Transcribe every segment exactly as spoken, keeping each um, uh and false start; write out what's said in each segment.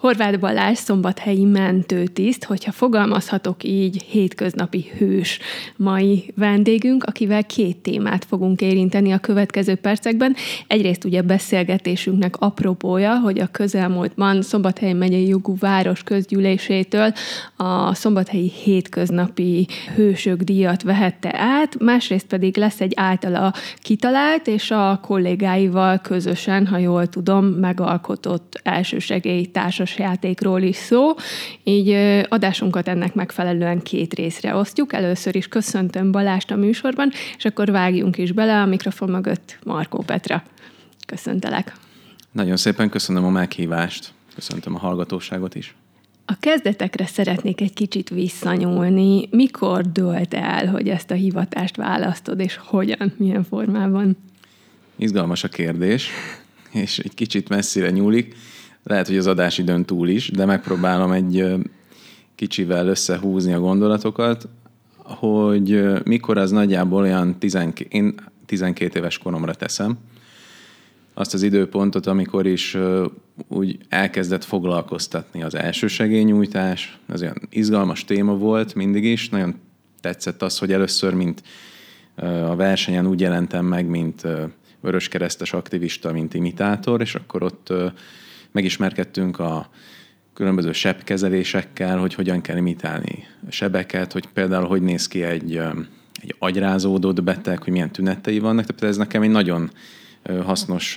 Horváth Balázs szombathelyi mentőtiszt, hogyha fogalmazhatok így, hétköznapi hős mai vendégünk, akivel két témát fogunk érinteni a következő percekben. Egyrészt ugye beszélgetésünknek apropója, hogy a közelmúltban Szombathely megyei jogú város közgyűlésétől a szombathelyi hétköznapi hősök díjat vehette át, másrészt pedig lesz egy általa kitalált és a kollégáival közösen, ha jól tudom, megalkotott elsősegély társas játékról is szó, így adásunkat ennek megfelelően két részre osztjuk. Először is köszöntöm Balást a műsorban, és akkor vágjunk is bele a mikrofon mögött Markó Petra. Köszöntelek. Nagyon szépen köszönöm a meghívást. Köszöntöm a hallgatóságot is. A kezdetekre szeretnék egy kicsit visszanyúlni. Mikor dőlt el, hogy ezt a hivatást választod, és hogyan, milyen formában? Izgalmas a kérdés, és egy kicsit messzire nyúlik. Lehet, hogy az adásidőn túl is, de megpróbálom egy kicsivel összehúzni a gondolatokat, hogy mikor az nagyjából olyan tizenkét, én tizenkét éves koromra teszem. Azt az időpontot, amikor is úgy elkezdett foglalkoztatni az elsősegélynyújtás. Ez olyan izgalmas téma volt mindig is. Nagyon tetszett az, hogy először, mint a versenyen úgy jelentem meg, mint vöröskeresztes aktivista, mint imitátor, és akkor ott megismerkedtünk a különböző sebkezelésekkel, hogy hogyan kell imitálni sebeket, hogy például hogy néz ki egy, egy agyrázódott beteg, hogy milyen tünetei vannak. Tehát ez nekem egy nagyon hasznos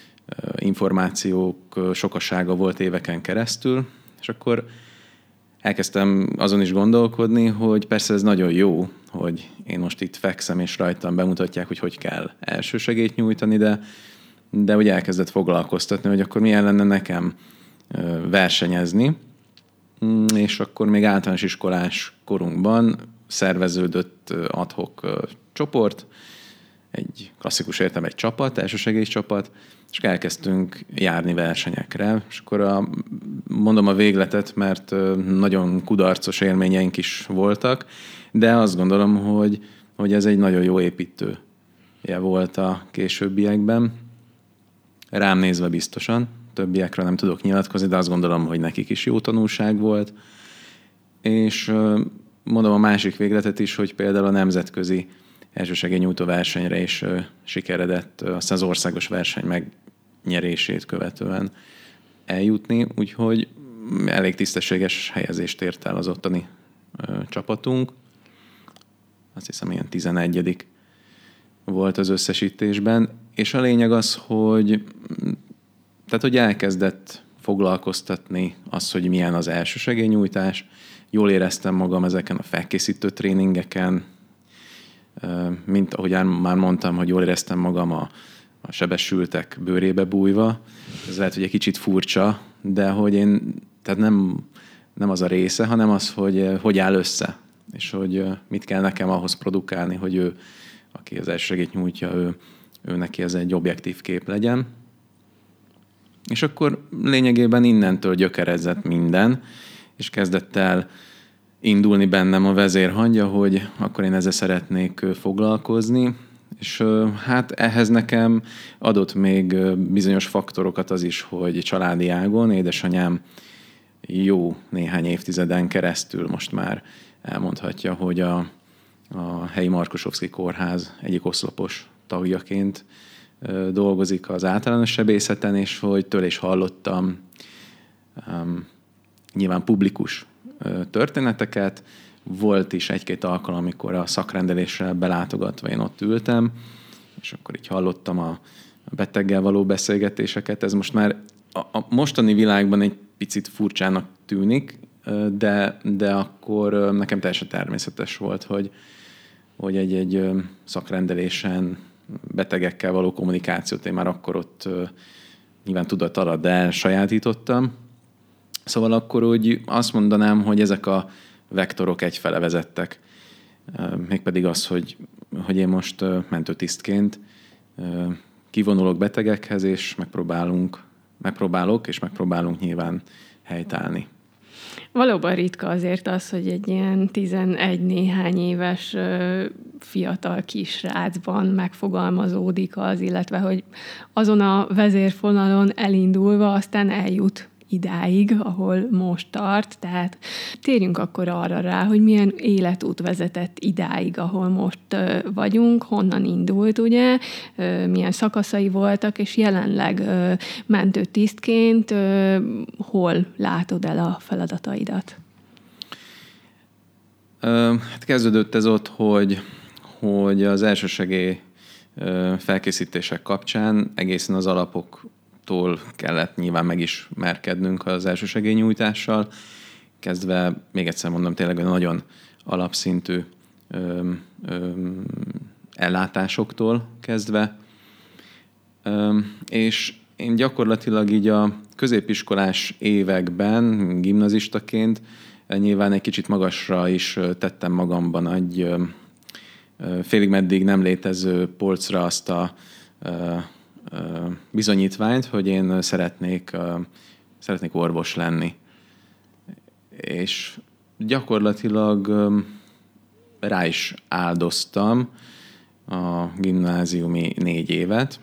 információk sokasága volt éveken keresztül, és akkor elkezdtem azon is gondolkodni, hogy persze ez nagyon jó, hogy én most itt fekszem, és rajtam bemutatják, hogy hogy kell elsősegélyt nyújtani, de de ugye elkezdett foglalkoztatni, hogy akkor milyen lenne nekem versenyezni, és akkor még általános iskolás korunkban szerveződött ad hoc csoport, egy klasszikus értem egy csapat, elsősegélyes csapat, és elkezdtünk járni versenyekre, és akkor a, mondom a végletet, mert nagyon kudarcos élményeink is voltak, de azt gondolom, hogy, hogy ez egy nagyon jó építője volt a későbbiekben. Rám nézve biztosan, többiekről nem tudok nyilatkozni, de azt gondolom, hogy nekik is jó tanulság volt. És mondom a másik végletet is, hogy például a nemzetközi elsősegélynyújtó versenyre is sikeredett, aztán az országos verseny megnyerését követően eljutni, úgyhogy elég tisztességes helyezést ért el az ottani csapatunk. Azt hiszem, ilyen tizenegyedik volt az összesítésben, és a lényeg az, hogy, tehát, hogy elkezdett foglalkoztatni az, hogy milyen az elsősegélynyújtás. Jól éreztem magam ezeken a felkészítő tréningeken, mint ahogy már mondtam, hogy jól éreztem magam a, a sebesültek bőrébe bújva. Ez lehet, hogy egy kicsit furcsa, de hogy én, tehát nem, nem az a része, hanem az, hogy hogy áll össze, és hogy mit kell nekem ahhoz produkálni, hogy ő, aki az elsősegélyt nyújtja, ő, ő neki ez egy objektív kép legyen. És akkor lényegében innentől gyökerezett minden, és kezdett el indulni bennem a vezérhangja, hogy akkor én ezzel szeretnék foglalkozni, és hát ehhez nekem adott még bizonyos faktorokat az is, hogy családi ágon édesanyám jó néhány évtizeden keresztül most már elmondhatja, hogy a, a helyi Markosovszky kórház egyik oszlopos tagjaként dolgozik az általános sebészeten, és hogy tőle is hallottam um, nyilván publikus uh, történeteket. Volt is egy-két alkalom, amikor a szakrendelésre belátogatva én ott ültem, és akkor így hallottam a beteggel való beszélgetéseket. Ez most már a, a mostani világban egy picit furcsának tűnik, de, de akkor nekem teljesen természetes volt, hogy, hogy egy-egy szakrendelésen betegekkel való kommunikációt én már akkor ott uh, nyilván tudat alatt, de elsajátítottam. Szóval akkor úgy azt mondanám, hogy ezek a vektorok egyfele vezettek. Uh, mégpedig az, hogy, hogy én most uh, mentőtisztként uh, kivonulok betegekhez, és megpróbálunk, megpróbálok, és megpróbálunk nyilván helytállni. Valóban ritka azért az, hogy egy ilyen tizenegy néhány éves fiatal kisrácban megfogalmazódik az, illetve hogy azon a vezérfonalon elindulva aztán eljut idáig, ahol most tart. Tehát térjünk akkor arra rá, hogy milyen életút vezetett idáig, ahol most vagyunk, honnan indult, ugye, milyen szakaszai voltak, és jelenleg mentőtisztként hol látod el a feladataidat? Hát kezdődött ez ott, hogy, hogy az elsősegély felkészítések kapcsán egészen az alapoktól kellett nyilván megismerkednünk az elsősegélynyújtással, kezdve, még egyszer mondom, tényleg nagyon alapszintű ö, ö, ellátásoktól kezdve. Ö, és én gyakorlatilag így a középiskolás években, gimnazistaként nyilván egy kicsit magasra is tettem magamban egy félig meddig nem létező polcra azt a bizonyítványt, hogy én szeretnék, szeretnék orvos lenni. És gyakorlatilag rá is áldoztam a gimnáziumi négy évet,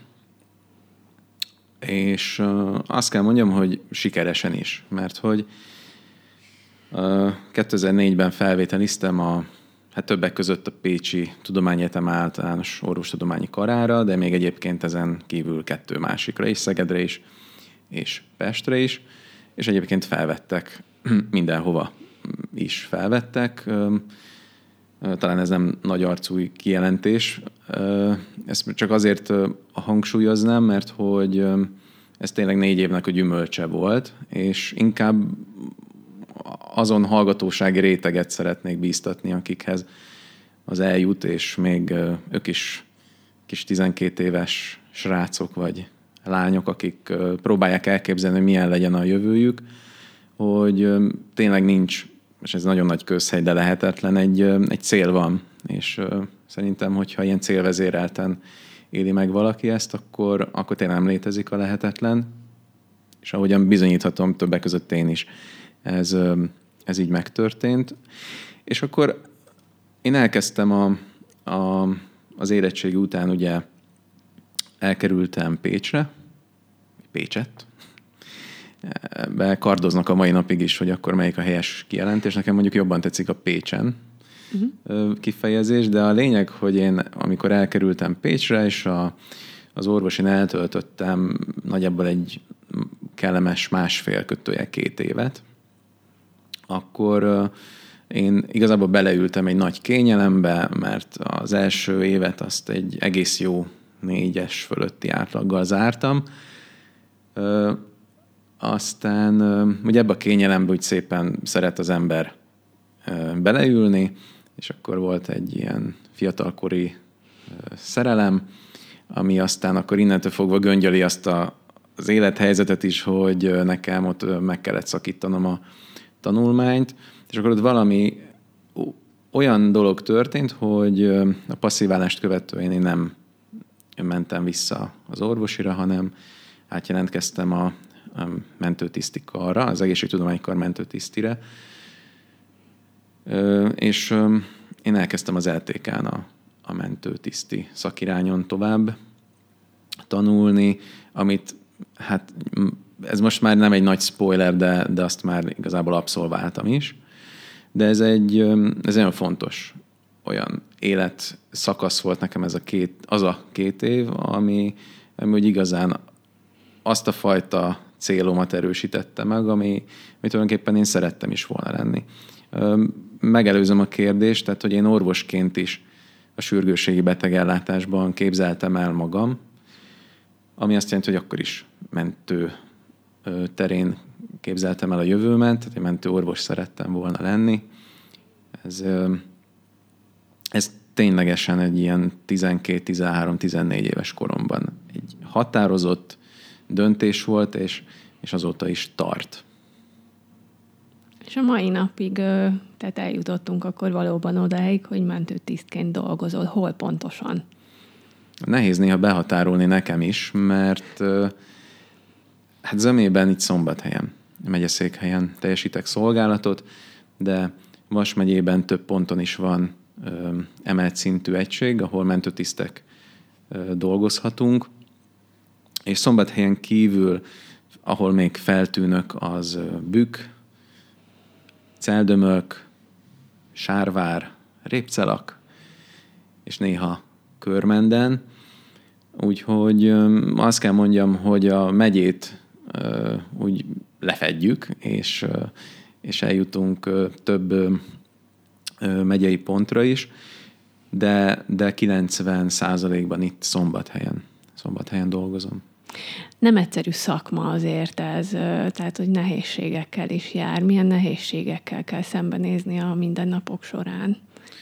és azt kell mondjam, hogy sikeresen is, mert hogy kétezer-négyben felvételiztem a, hát többek között a Pécsi Tudományegyetem általános orvostudományi karára, de még egyébként ezen kívül kettő másikra is, Szegedre is, és Pestre is, és egyébként felvettek, mindenhova is felvettek. Talán ez nem nagy arcú kijelentés. Ezt csak azért hangsúlyoznám, mert hogy ez tényleg négy évnek a gyümölcse volt, és inkább azon hallgatósági réteget szeretnék bíztatni, akikhez az eljut, és még ők is kis tizenkét éves srácok vagy lányok, akik próbálják elképzelni, hogy milyen legyen a jövőjük, hogy tényleg nincs, és ez nagyon nagy közhely, de lehetetlen, egy, egy cél van, és szerintem, hogyha ilyen célvezérelten éli meg valaki ezt, akkor, akkor tényleg nem létezik a lehetetlen, és ahogyan bizonyíthatom, többek között én is, ez, ez így megtörtént. És akkor én elkezdtem a, a, az érettségi után, ugye elkerültem Pécsre, Pécset, be kardoznak a mai napig is, hogy akkor melyik a helyes kijelentés. Nekem mondjuk jobban tetszik a Pécsen uh-huh. kifejezés, de a lényeg, hogy én amikor elkerültem Pécsre, és a, az orvosin eltöltöttem nagyjából egy kellemes másfél kötője két évet, akkor én igazából beleültem egy nagy kényelembe, mert az első évet azt egy egész jó négyes fölötti átlaggal zártam. Aztán ugye ebbe a kényelembe úgy szépen szeret az ember beleülni, és akkor volt egy ilyen fiatalkori szerelem, ami aztán akkor innentől fogva göngyöli azt a, az élethelyzetet is, hogy nekem ott meg kellett szakítanom a tanulmányt, és akkor ott valami olyan dolog történt, hogy a passzíválást követően én nem mentem vissza az orvosira, hanem átjelentkeztem a mentőtiszti karra, az egészségtudományi kar mentőtisztire, és én elkezdtem az el té ká-n a, a mentőtiszti szakirányon tovább tanulni, amit hát ez most már nem egy nagy spoiler, de, de azt már igazából abszolváltam is. De ez egy, ez olyan fontos olyan életszakasz volt nekem ez a két, az a két év, ami, ami úgy igazán azt a fajta célomat erősítette meg, ami, ami tulajdonképpen én szerettem is volna lenni. Megelőzöm a kérdést, tehát hogy én orvosként is a sürgősségi betegellátásban képzeltem el magam, ami azt jelenti, hogy akkor is mentő terén képzeltem el a jövőmet, tehát egy mentő orvos szerettem volna lenni. Ez, ez ténylegesen egy ilyen tizenkét, tizenhárom, tizennégy éves koromban egy határozott döntés volt, és, és azóta is tart. És a mai napig, tehát eljutottunk akkor valóban odáig, hogy mentőtisztként dolgozol. Hol pontosan? Nehéz néha behatárolni nekem is, mert hát zömében itt Szombathelyen, megyeszékhelyen teljesítek szolgálatot, de Vas megyében több ponton is van ö, emelt szintű egység, ahol mentőtisztek ö, dolgozhatunk, és Szombathelyen kívül ahol még feltűnök, az Bükk, Celdömölk, Sárvár, Répcelak, és néha Körmenden. Úgyhogy azt kell mondjam, hogy a megyét úgy lefedjük, és, és eljutunk több megyei pontra is, de, de kilencven százalékban itt Szombathelyen, Szombathelyen dolgozom. Nem egyszerű szakma azért ez, tehát hogy nehézségekkel is jár. Milyen nehézségekkel kell szembenézni a mindennapok során?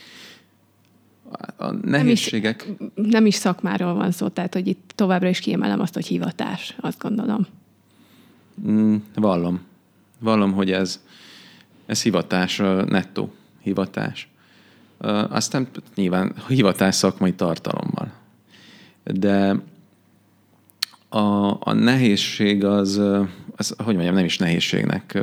A nehézségek... Nem is, nem is szakmáról van szó, tehát hogy itt továbbra is kiemelem azt, hogy hivatás, azt gondolom. Mm, vallom. Vallom, hogy ez, ez hivatás, nettó hivatás. Aztán nyilván hivatás szakmai tartalommal. De a, a nehézség az, az, hogy mondjam, nem is nehézségnek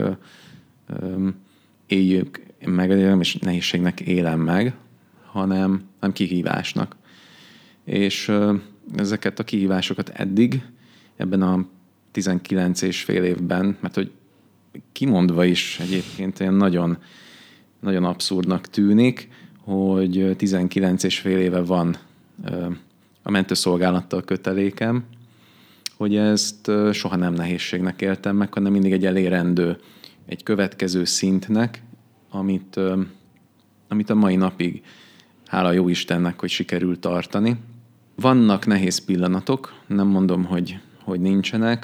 éljük meg, nem is nehézségnek élem meg, hanem, hanem kihívásnak. És ezeket a kihívásokat eddig, ebben a tizenkilenc és fél évben, mert hogy kimondva is egyébként ilyen nagyon, nagyon abszurdnak tűnik, hogy tizenkilenc és fél éve van a mentőszolgálattal kötelékem, hogy ezt soha nem nehézségnek éltem meg, hanem mindig egy elérendő, egy következő szintnek, amit, amit a mai napig, hála jó Istennek, hogy sikerült tartani. Vannak nehéz pillanatok, nem mondom, hogy, hogy nincsenek.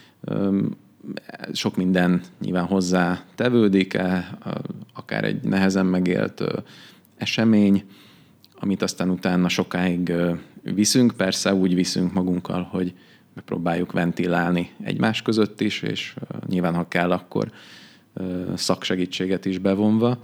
Sok minden nyilván hozzá tevődik, akár egy nehezen megélt esemény, amit aztán utána sokáig viszünk, persze úgy viszünk magunkkal, hogy megpróbáljuk ventilálni egymás között is, és nyilván, ha kell, akkor szaksegítséget is bevonva.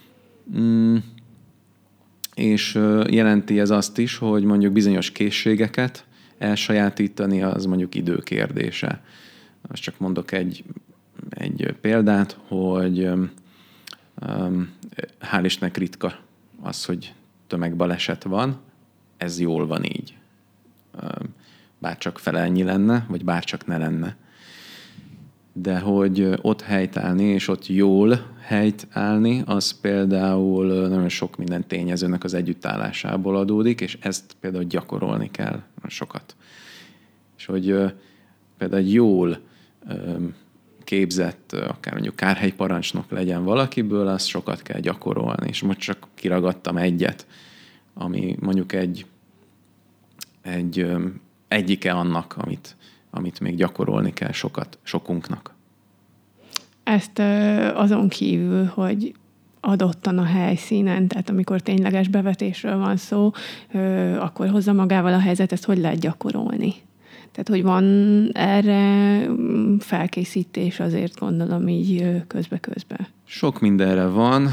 És jelenti ez azt is, hogy mondjuk bizonyos készségeket elsajátítani, az mondjuk idő kérdése. Most csak mondok egy, egy példát, hogy um, hál' Istennek ritka az, hogy tömegbaleset van, ez jól van így. Um, bárcsak fele ennyi lenne, vagy bárcsak ne lenne. De hogy ott helytállni, és ott jól helytállni, az például nagyon sok minden tényezőnek az együttállásából adódik, és ezt például gyakorolni kell sokat. És hogy például egy jól képzett, akár mondjuk kárhelyparancsnok legyen valakiből, azt sokat kell gyakorolni. És most csak kiragadtam egyet, ami mondjuk egy, egy egyike annak, amit, amit még gyakorolni kell sokat, sokunknak. Ezt azon kívül, hogy adottan a helyszínen, tehát amikor tényleges bevetésről van szó, akkor hozza magával a helyzet, ezt hogy lehet gyakorolni? Tehát, hogy van erre felkészítés, azért gondolom így közbe-közbe. Sok mindenre van,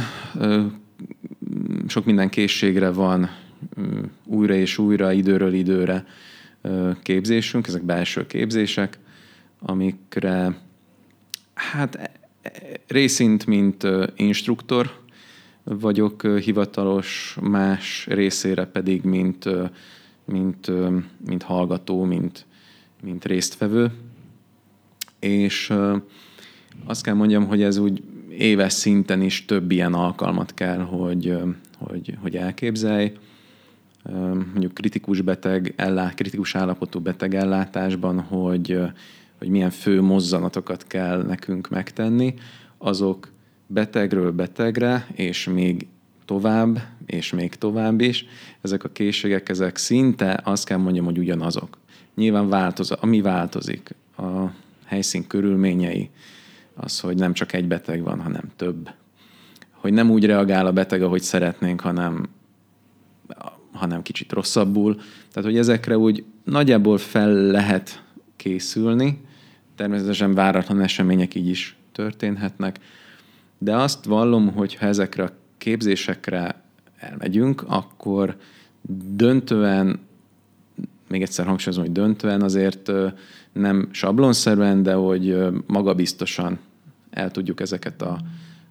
sok minden készségre van újra és újra, időről időre képzésünk, ezek belső képzések, amikre hát részint, mint instruktor vagyok hivatalos, más részére pedig, mint, mint, mint hallgató, mint, mint résztvevő. És azt kell mondjam, hogy ez úgy éves szinten is több ilyen alkalmat kell, hogy, hogy, hogy elképzelj. Mondjuk kritikus beteg, ellá, kritikus állapotú betegellátásban, hogy, hogy milyen fő mozzanatokat kell nekünk megtenni, azok betegről betegre, és még tovább, és még tovább is. Ezek a készségek, ezek szinte azt kell mondjam, hogy ugyanazok. Nyilván változ, ami változik, a helyszín körülményei, az, hogy nem csak egy beteg van, hanem több. Hogy nem úgy reagál a beteg, ahogy szeretnénk, hanem, hanem kicsit rosszabbul. Tehát, hogy ezekre úgy nagyjából fel lehet készülni. Természetesen váratlan események így is történhetnek. De azt vallom, hogy ha ezekre a képzésekre elmegyünk, akkor döntően, még egyszer hangsúlyozom, hogy döntően azért nem sablonszerűen, de hogy magabiztosan el tudjuk ezeket a,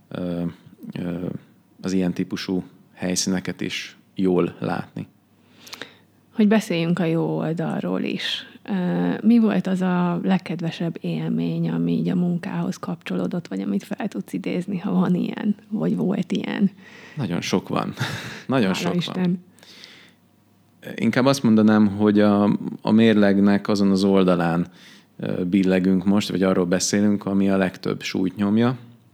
az ilyen típusú helyszíneket is jól látni. Hogy beszéljünk a jó oldalról is. Mi volt az a legkedvesebb élmény, ami így a munkához kapcsolódott, vagy amit fel tudsz idézni, ha van ilyen, vagy volt ilyen? Nagyon sok van. Nagyon Hála sok Isten. van. Inkább azt mondanám, hogy a, a mérlegnek azon az oldalán billegünk most, vagy arról beszélünk, ami a legtöbb súlyt nyomja.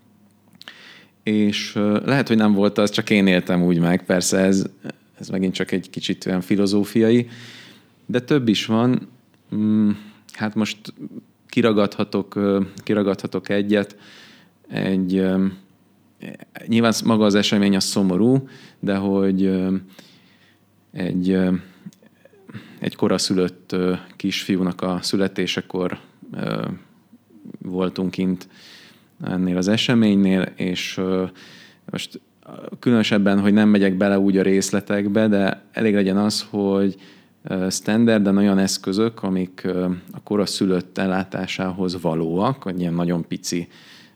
És lehet, hogy nem volt az, csak én éltem úgy meg. Persze ez, ez megint csak egy kicsit olyan filozófiai, de több is van. Hát most kiragadhatok, kiragadhatok egyet. Egy, nyilván maga az esemény a szomorú, de hogy egy, egy koraszülött kisfiúnak a születésekor voltunk kint ennél az eseménynél, és most különösebben, hogy nem megyek bele úgy a részletekbe, de elég legyen az, hogy standarden olyan eszközök, amik a koraszülött ellátásához valóak, vagy ilyen nagyon pici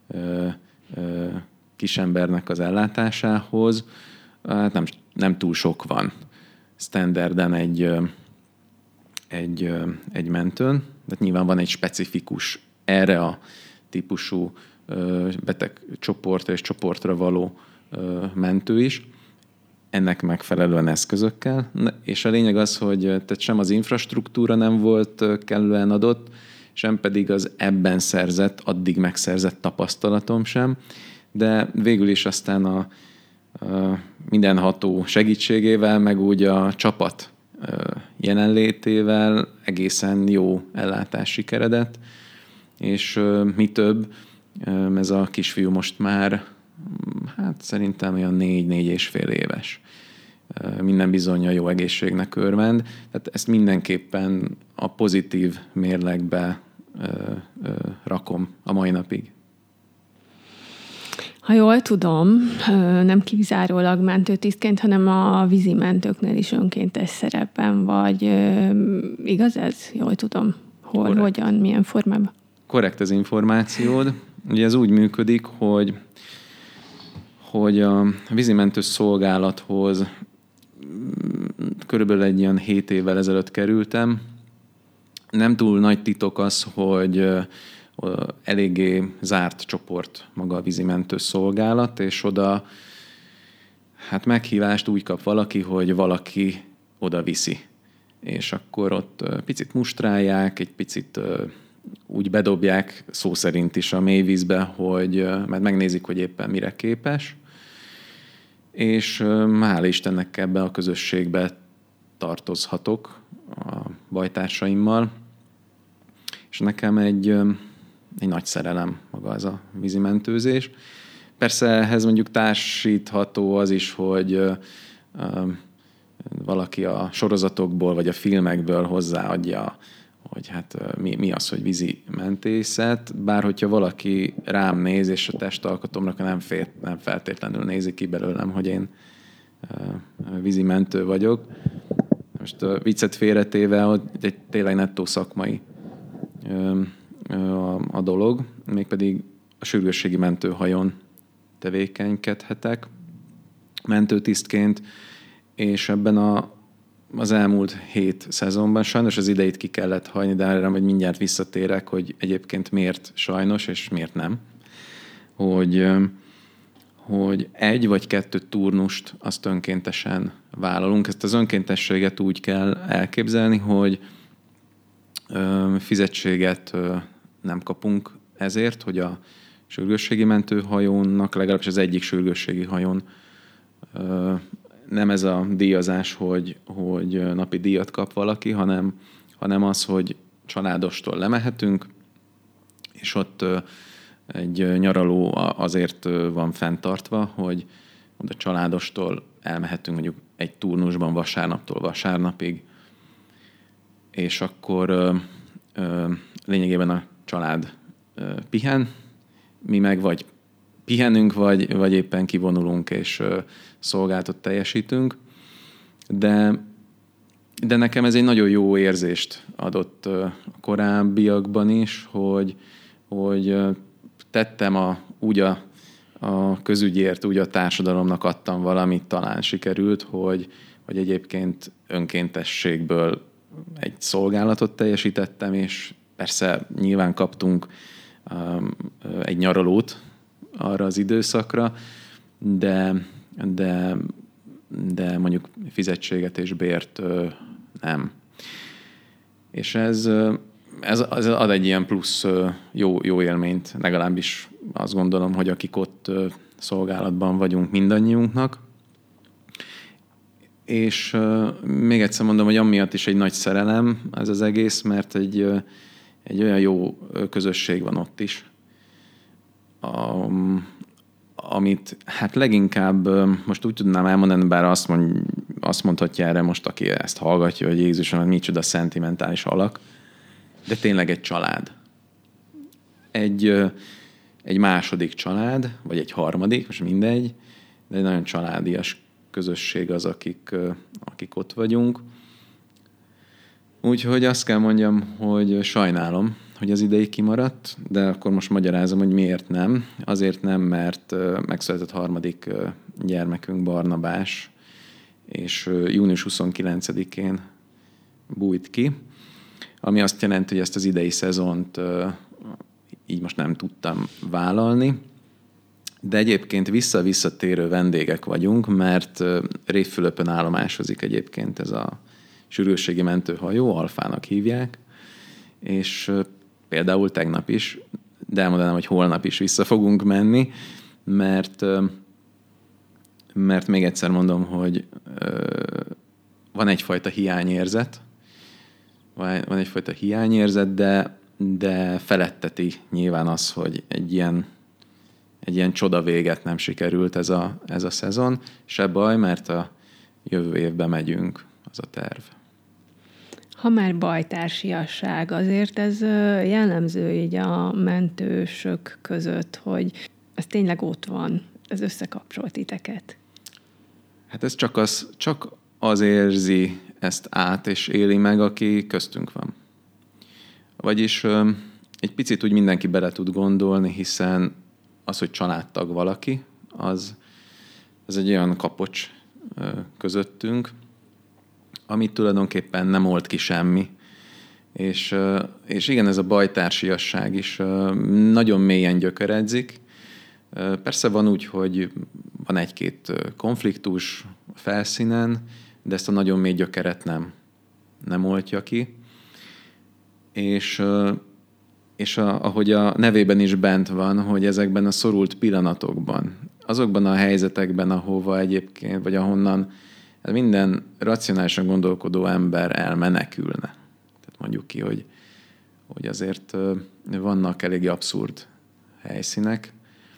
kisembernek az ellátásához, hát nem, nem túl sok van standarden egy, egy, egy mentőn, de nyilván van egy specifikus erre a típusú beteg csoportra és csoportra való mentő is, ennek megfelelően eszközökkel. És a lényeg az, hogy tehát sem az infrastruktúra nem volt kellően adott, sem pedig az ebben szerzett, addig megszerzett tapasztalatom sem, de végül is aztán a, a mindenható segítségével, meg úgy a csapat jelenlétével egészen jó ellátás sikeredett, és mi több, ez a kisfiú most már hát szerintem olyan négy-négy és fél éves. Minden bizonnyal jó egészségnek örvend. Tehát ezt mindenképpen a pozitív mérlegbe ö, ö, rakom a mai napig. Ha jól tudom, nem kizárólag mentőtisztként, hanem a vízi mentőknél is önkéntes szerepben vagy. Igaz ez? Jól tudom. Hol, Korrekt. Hogyan, milyen formában? Korrekt az információd. Ugye ez úgy működik, hogy hogy a vízimentő szolgálathoz körülbelül egy ilyen hét évvel ezelőtt kerültem. Nem túl nagy titok az, hogy eléggé zárt csoport maga a vízimentő szolgálat, és oda hát meghívást úgy kap valaki, hogy valaki oda viszi. És akkor ott picit mustrálják, egy picit úgy bedobják szó szerint is a mélyvízbe, hogy, mert megnézik, hogy éppen mire képes, és hál' Istennek ebbe a közösségbe tartozhatok a bajtársaimmal, és nekem egy, egy nagy szerelem maga az a vízimentőzés. Persze ehhez mondjuk társítható az is, hogy valaki a sorozatokból vagy a filmekből hozzáadja, hogy hát mi, mi az, hogy vízi mentészet, bár hogyha valaki rám néz, és a testalkatomnak nem, fél, nem feltétlenül nézi ki belőlem, hogy én uh, vízi mentő vagyok. Most uh, viccet félretéve, hogy egy tényleg nettó szakmai uh, uh, a, a dolog, mégpedig a sürgősségi mentőhajón tevékenykedhetek mentőtisztként, és ebben a az elmúlt hét szezonban. Sajnos az idejét ki kellett hagyni, de erre majd mindjárt visszatérek, hogy egyébként miért sajnos, és miért nem. Hogy, hogy egy vagy kettő turnust azt önkéntesen vállalunk. Ezt az önkéntességet úgy kell elképzelni, hogy fizetséget nem kapunk ezért, hogy a sürgősségi mentőhajónak, legalábbis az egyik sürgősségi hajón nem ez a díjazás, hogy, hogy napi díjat kap valaki, hanem, hanem az, hogy családostól lemehetünk, és ott egy nyaraló azért van fenntartva, hogy oda családostól elmehetünk mondjuk egy turnusban vasárnaptól vasárnapig, és akkor lényegében a család pihen, mi meg vagy pihenünk, vagy, vagy éppen kivonulunk, és szolgáltat teljesítünk, de, de nekem ez egy nagyon jó érzést adott a korábbiakban is, hogy, hogy tettem a, úgy a, a közügyért, úgy a társadalomnak adtam valamit, talán sikerült, hogy, hogy egyébként önkéntességből egy szolgálatot teljesítettem, és persze nyilván kaptunk egy nyaralót arra az időszakra, de, de, de mondjuk fizetséget és bért nem. És ez, ez, ez ad egy ilyen plusz jó, jó élményt, legalábbis azt gondolom, hogy akik ott szolgálatban vagyunk mindannyiunknak. És még egyszer mondom, hogy amiatt is egy nagy szerelem ez az egész, mert egy, egy olyan jó közösség van ott is, a, amit hát leginkább most úgy tudnám elmondani, bár azt, mond, azt mondhatja erre most, aki ezt hallgatja, hogy Jézusom, micsoda szentimentális alak, de tényleg egy család. Egy, egy második család, vagy egy harmadik, most mindegy, de egy nagyon családias közösség az, akik, akik ott vagyunk. Úgyhogy azt kell mondjam, hogy sajnálom, hogy az idei kimaradt, de akkor most magyarázom, hogy miért nem. Azért nem, mert megszületett harmadik gyermekünk, Barnabás, és június huszonkilencedikén bújt ki, ami azt jelenti, hogy ezt az idei szezont így most nem tudtam vállalni. De egyébként vissza-visszatérő vendégek vagyunk, mert Révfülöpön állomásozik egyébként ez a sürgősségi mentőhajó, Alfának hívják, és például tegnap is, de elmondanám, hogy holnap is vissza fogunk menni, mert, mert még egyszer mondom, hogy van egyfajta hiányérzet, van egyfajta hiányérzet, de, de feletteti nyilván az, hogy egy ilyen egy ilyen csoda véget nem sikerült ez a, ez a szezon. Se baj, mert a jövő évben megyünk, az a terv. Ha már bajtársiasság, azért ez jellemző így a mentősök között, hogy ez tényleg ott van, ez összekapcsol titeket. Hát ez csak az, csak az érzi ezt át és éli meg, aki köztünk van. Vagyis egy picit úgy mindenki bele tud gondolni, hiszen az, hogy családtag valaki, az, az egy olyan kapocs közöttünk, amit tulajdonképpen nem old ki semmi. És, és igen, ez a bajtársiasság is nagyon mélyen gyökeredzik. Persze van úgy, hogy van egy-két konfliktus felszínen, de ezt a nagyon mély gyökeret nem, nem oltja ki. És és a, ahogy a nevében is bent van, hogy ezekben a szorult pillanatokban, azokban a helyzetekben, ahova egyébként, vagy ahonnan minden racionálisan gondolkodó ember elmenekülne. Tehát mondjuk ki, hogy, hogy azért vannak eléggé abszurd helyszínek,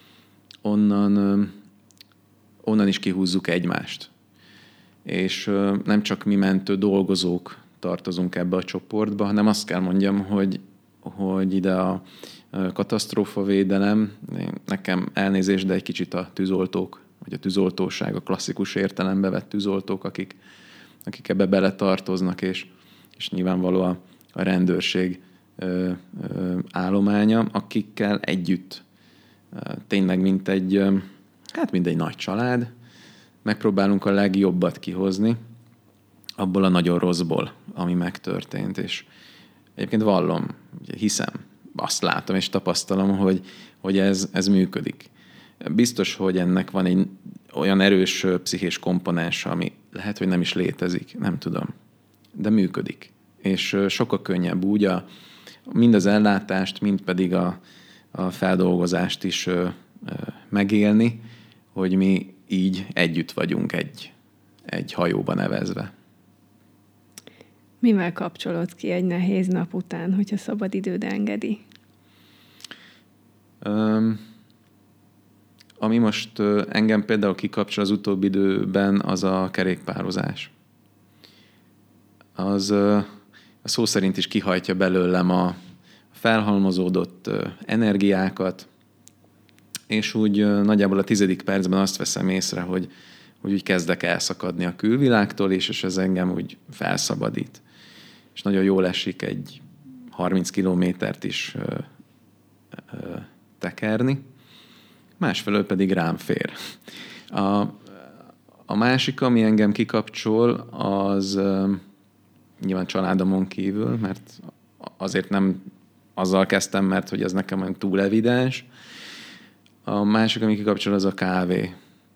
onnan, onnan is kihúzzuk egymást. És nem csak mi mentő dolgozók tartozunk ebbe a csoportba, hanem azt kell mondjam, hogy hogy ide a katasztrófavédelem, nekem elnézést, de egy kicsit a tűzoltók, vagy a tűzoltóság, a klasszikus értelembe vett tűzoltók, akik, akik ebbe beletartoznak, és, és nyilvánvaló a, a rendőrség ö, ö, állománya, akikkel együtt ö, tényleg mint egy, ö, hát mint egy nagy család, megpróbálunk a legjobbat kihozni abból a nagyon rosszból, ami megtörtént, és egyébként vallom, hiszem, azt látom és tapasztalom, hogy, hogy ez, ez működik. Biztos, hogy ennek van egy olyan erős pszichés komponens, ami lehet, hogy nem is létezik, nem tudom. De működik. És sokkal könnyebb úgy a, mind az ellátást, mind pedig a, a feldolgozást is ö, ö, megélni, hogy mi így együtt vagyunk egy, egy hajóba nevezve. Mivel kapcsolódsz ki egy nehéz nap után, hogyha szabad időd engedi? Um, ami most uh, engem például kikapcsol az utóbbi időben, az a kerékpározás. Az uh, a szó szerint is kihajtja belőlem a felhalmozódott uh, energiákat, és úgy uh, nagyjából a tizedik percben azt veszem észre, hogy, hogy úgy kezdek elszakadni a külvilágtól, és, és ez engem úgy felszabadít. És nagyon jól esik egy harminc kilométert is ö, ö, tekerni, másfelől pedig rám fér. A, a másik, ami engem kikapcsol, az ö, nyilván családomon kívül, mert azért nem azzal kezdtem, mert hogy ez nekem túl evidens. A másik, ami kikapcsol, az a kávé.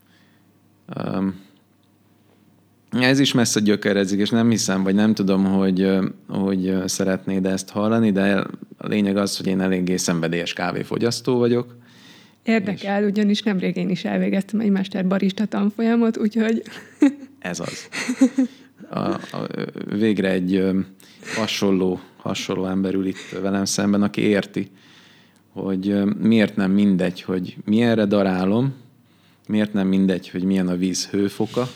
Ez is messze gyökerezik, és nem hiszem, vagy nem tudom, hogy, hogy szeretnéd ezt hallani, de a lényeg az, hogy én eléggé szenvedélyes kávéfogyasztó vagyok. Érdekel, és... ugyanis nemrég én is elvégeztem egy mesterbarista tanfolyamot, úgyhogy... Ez az. A, a, végre egy hasonló, hasonló ember ül itt velem szemben, aki érti, hogy miért nem mindegy, hogy milyenre darálom, miért nem mindegy, hogy milyen a víz hőfoka,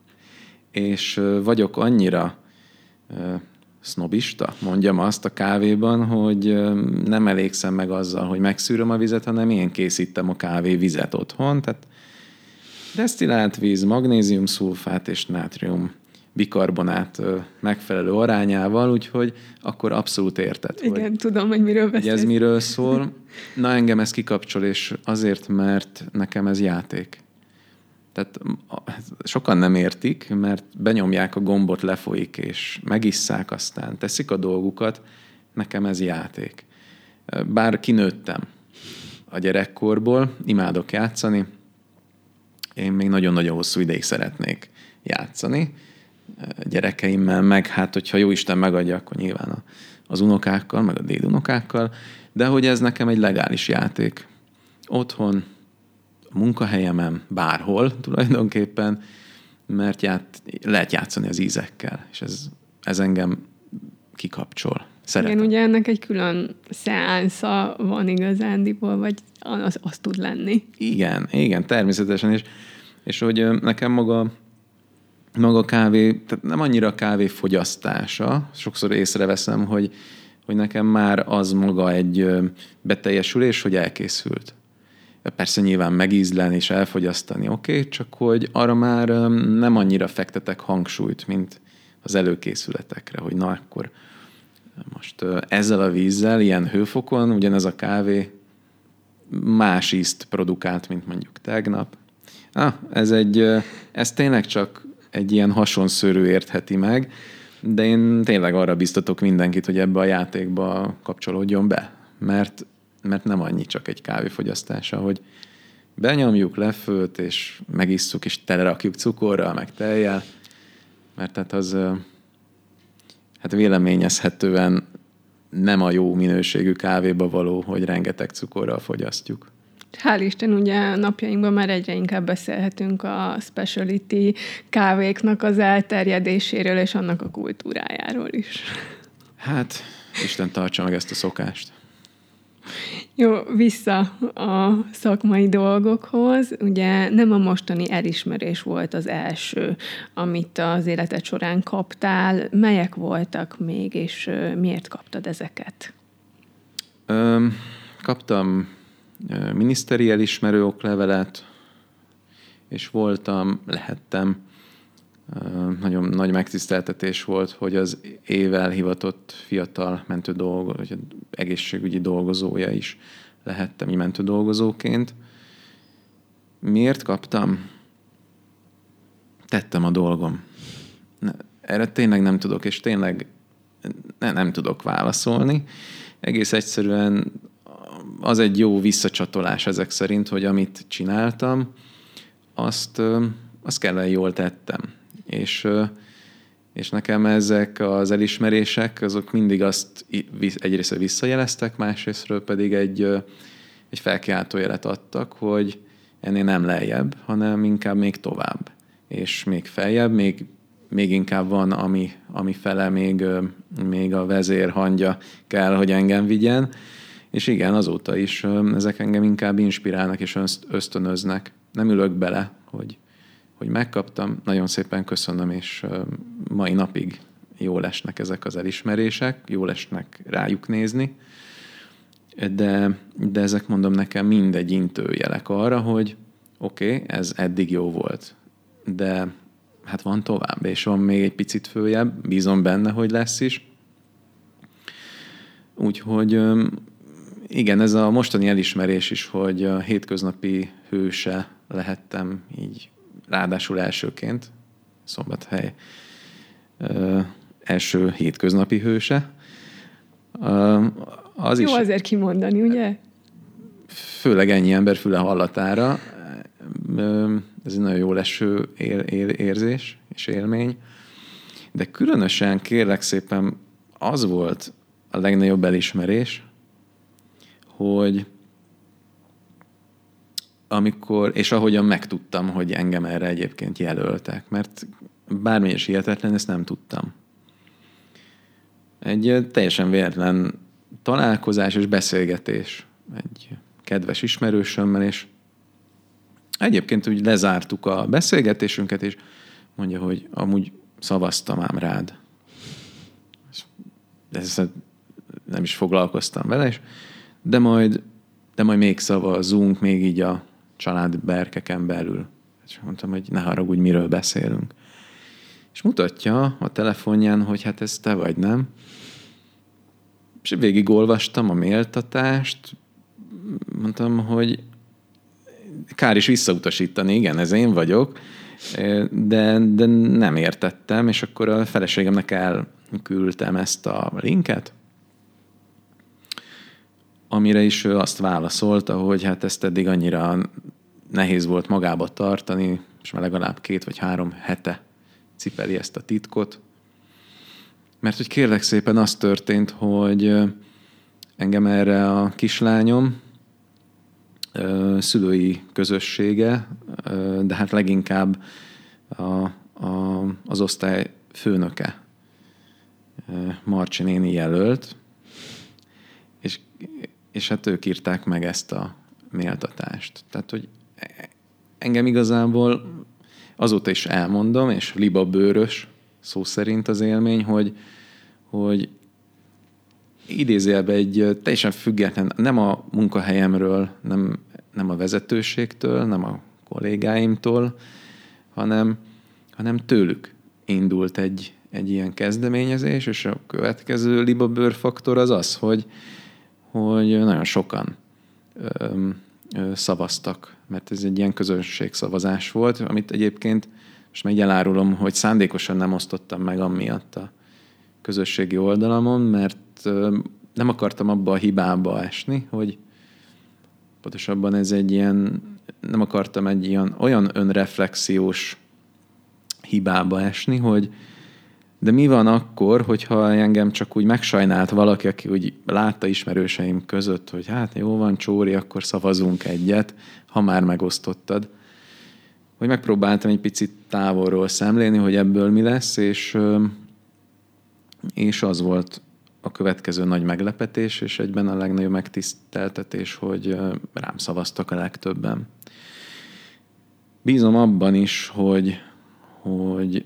és vagyok annyira uh, sznobista, mondjam azt a kávéban, hogy uh, nem elégszem meg azzal, hogy megszűröm a vizet, hanem én készítem a kávé vizet otthon, tehát desztillált víz, magnézium szulfát és nátrium bikarbonát uh, megfelelő arányával, úgyhogy akkor abszolút érted. Igen, hogy, tudom, hogy miről beszélsz. hogy ez miről szól. Na, engem ez kikapcsol, és azért, mert nekem ez játék. Tehát sokan nem értik, mert benyomják a gombot, lefolyik, és megisszák, aztán teszik a dolgukat. Nekem ez játék. Bár kinőttem a gyerekkorból, imádok játszani, én még nagyon-nagyon hosszú ideig szeretnék játszani gyerekeimmel, meg hát, hogyha Jóisten megadja, akkor nyilván az unokákkal, meg a dédunokákkal, de hogy ez nekem egy legális játék. Otthon, a munkahelyemen, bárhol tulajdonképpen, mert ját, lehet játszani az ízekkel, és ez, ez engem kikapcsol. Szeretem. Igen, ugye ennek egy külön szeánsza van igazándiból, vagy az, az tud lenni. Igen, igen, természetesen, és, és hogy nekem maga, maga a kávé, tehát nem annyira a kávé fogyasztása, sokszor észreveszem, hogy, hogy nekem már az maga egy beteljesülés, hogy elkészült. Persze nyilván megízlelni és elfogyasztani, oké, okay, csak hogy arra már nem annyira fektetek hangsúlyt, mint az előkészületekre, hogy na akkor most ezzel a vízzel, ilyen hőfokon, ugyanez a kávé más ízt produkált, mint mondjuk tegnap. Ah, ez, egy, ez tényleg csak egy ilyen hasonszörű értheti meg, de én tényleg arra biztatok mindenkit, hogy ebbe a játékba kapcsolódjon be, mert mert nem annyi csak egy kávéfogyasztása, hogy benyomjuk, lefőt, és megisszuk, és telerakjuk cukorral, meg tejjel, mert hát az hát véleményezhetően nem a jó minőségű kávéba való, hogy rengeteg cukorral fogyasztjuk. Hál' Isten, ugye napjainkban már egyre inkább beszélhetünk a specialty kávéknak az elterjedéséről, és annak a kultúrájáról is. Hát, Isten tartsa meg ezt a szokást. Jó, vissza a szakmai dolgokhoz. Ugye nem a mostani elismerés volt az első, amit az életed során kaptál. Melyek voltak még, és miért kaptad ezeket? Ö, kaptam miniszteri elismerő oklevelet, és voltam, lehettem, nagyon nagy megtiszteltetés volt, hogy az év elhivatott fiatal mentődolgozó, vagy egészségügyi dolgozója is lehettem így mentődolgozóként. Miért kaptam? Tettem a dolgom. Erre tényleg nem tudok, és tényleg ne, nem tudok válaszolni. Egész egyszerűen az egy jó visszacsatolás ezek szerint, hogy amit csináltam, azt, azt kellene jól tettem. És, és nekem ezek az elismerések, azok mindig azt egyrészt visszajeleztek, másrésztről pedig egy, egy felkiáltó jelet adtak, hogy ennél nem lejjebb, hanem inkább még tovább. És még feljebb, még, még inkább van, ami, ami fele még, még a vezérhangja kell, hogy engem vigyen. És igen, azóta is ezek engem inkább inspirálnak és ösztönöznek. Nem ülök bele, hogy hogy megkaptam, nagyon szépen köszönöm, és mai napig jól esnek ezek az elismerések, jól esnek rájuk nézni, de, de ezek mondom nekem mindegy intőjelek arra, hogy oké, okay, ez eddig jó volt, de hát van tovább, és van még egy picit följebb, bízom benne, hogy lesz is. Úgyhogy igen, ez a mostani elismerés is, hogy a hétköznapi hőse lehettem így ráadásul elsőként, Szombathely első hétköznapi hőse. Az Jó is, azért kimondani, ugye? főleg ennyi ember füle hallatára. Ez egy nagyon jó leső érzés és élmény. De különösen, kérlek szépen, az volt a legnagyobb elismerés, hogy amikor, és ahogyan megtudtam, hogy engem erre egyébként jelöltek, mert bármilyen is hihetetlen, ezt nem tudtam. Egy teljesen véletlen találkozás és beszélgetés egy kedves ismerősömmel, és egyébként úgy lezártuk a beszélgetésünket, és mondja, hogy amúgy szavaztam ám rád. Ezzel nem is foglalkoztam vele, és de majd, de majd még szavazunk, még így a család berkeken belül. És mondtam, hogy ne haragudj, miről beszélünk. És mutatja a telefonján, hogy hát ez te vagy, nem? És végigolvastam a méltatást, mondtam, hogy kár is visszautasítani, igen, ez én vagyok, de, de nem értettem, és akkor a feleségemnek elküldtem ezt a linket, amire is ő azt válaszolta, hogy hát ezt eddig annyira nehéz volt magába tartani, és már legalább két vagy három hete cipeli ezt a titkot. Mert hogy kérlek szépen az történt, hogy engem erre a kislányom szülői közössége, de hát leginkább a, a, az osztály főnöke, Marcsi néni jelölt, és, és hát ők írták meg ezt a méltatást. Tehát, hogy engem igazából azóta is elmondom, és libabőrös szó szerint az élmény, hogy, hogy idézőjelben egy teljesen független, nem a munkahelyemről, nem, nem a vezetőségtől, nem a kollégáimtól, hanem, hanem tőlük indult egy, egy ilyen kezdeményezés, és a következő libabőrfaktor az az, hogy, hogy nagyon sokan ö, ö, szavaztak, mert ez egy ilyen közönségszavazás volt, amit egyébként most meg elárulom, hogy szándékosan nem osztottam meg amiatt a közösségi oldalamon, mert nem akartam abba a hibába esni, hogy pontosabban ez egy ilyen, nem akartam egy ilyen olyan önreflexiós hibába esni, hogy de mi van akkor, hogyha engem csak úgy megsajnált valaki, aki úgy látta ismerőseim között, hogy hát jó van, Csóri, akkor szavazunk egyet, ha már megosztottad. Hogy megpróbáltam egy picit távolról szemlélni, hogy ebből mi lesz, és, és az volt a következő nagy meglepetés, és egyben a legnagyobb megtiszteltetés, hogy rám szavaztak a legtöbben. Bízom abban is, hogy, hogy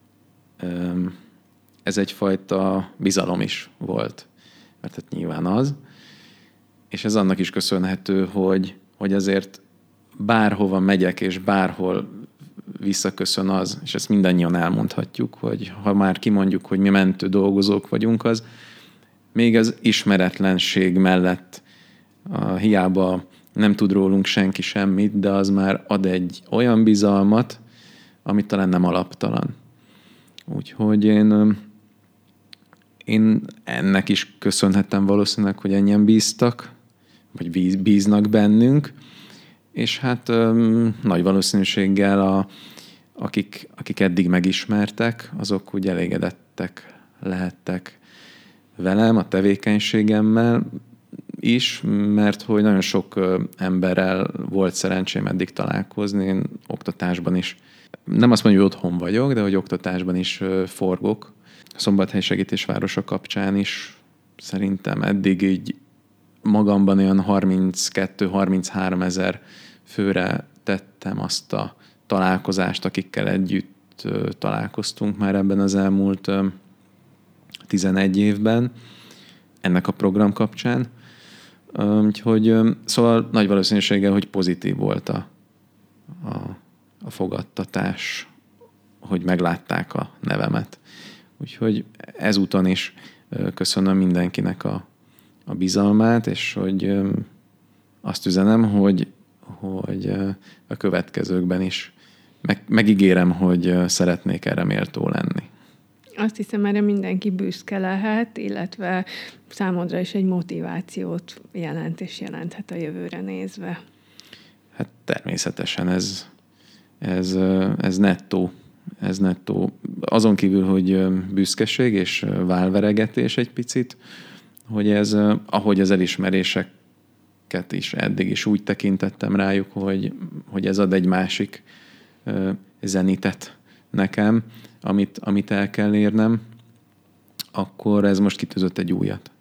ez egyfajta bizalom is volt, mert hát nyilván az, és ez annak is köszönhető, hogy, hogy azért bárhova megyek, és bárhol visszaköszön az, és ezt mindannyian elmondhatjuk, hogy ha már kimondjuk, hogy mi mentő dolgozók vagyunk, az még az ismeretlenség mellett a, hiába nem tud rólunk senki semmit, de az már ad egy olyan bizalmat, amit talán nem alaptalan. Úgyhogy én, én ennek is köszönhetem valószínűleg, hogy ennyien bíztak, vagy bíznak bennünk, és hát öm, nagy valószínűséggel a, akik, akik eddig megismertek, azok úgy elégedettek lehettek velem, a tevékenységemmel is, mert hogy nagyon sok emberrel volt szerencsém eddig találkozni, én oktatásban is, nem azt mondjuk, hogy otthon vagyok, de hogy oktatásban is forgok. A Szombathely Segítésvárosa kapcsán is szerintem eddig így magamban olyan harminckettő-harminchárom ezer főre tettem azt a találkozást, akikkel együtt találkoztunk már ebben az elmúlt tizenegy évben ennek a program kapcsán. Úgyhogy szóval nagy valószínűséggel, hogy pozitív volt a, a, a fogadtatás, hogy meglátták a nevemet. Úgyhogy ezúton is köszönöm mindenkinek a, a bizalmát, és hogy azt üzenem, hogy, hogy a következőkben is meg, megígérem, hogy szeretnék erre méltó lenni. Azt hiszem, erre mindenki büszke lehet, illetve számodra is egy motivációt jelent és jelenthet a jövőre nézve. Hát természetesen ez, ez, ez nettó. Ez nettó. Azon kívül, hogy büszkeség és válveregetés egy picit, hogy ez, ahogy az elismeréseket is eddig is úgy tekintettem rájuk, hogy, hogy ez ad egy másik zenitet nekem, amit, amit el kell érnem, akkor ez most kitűzött egy újat.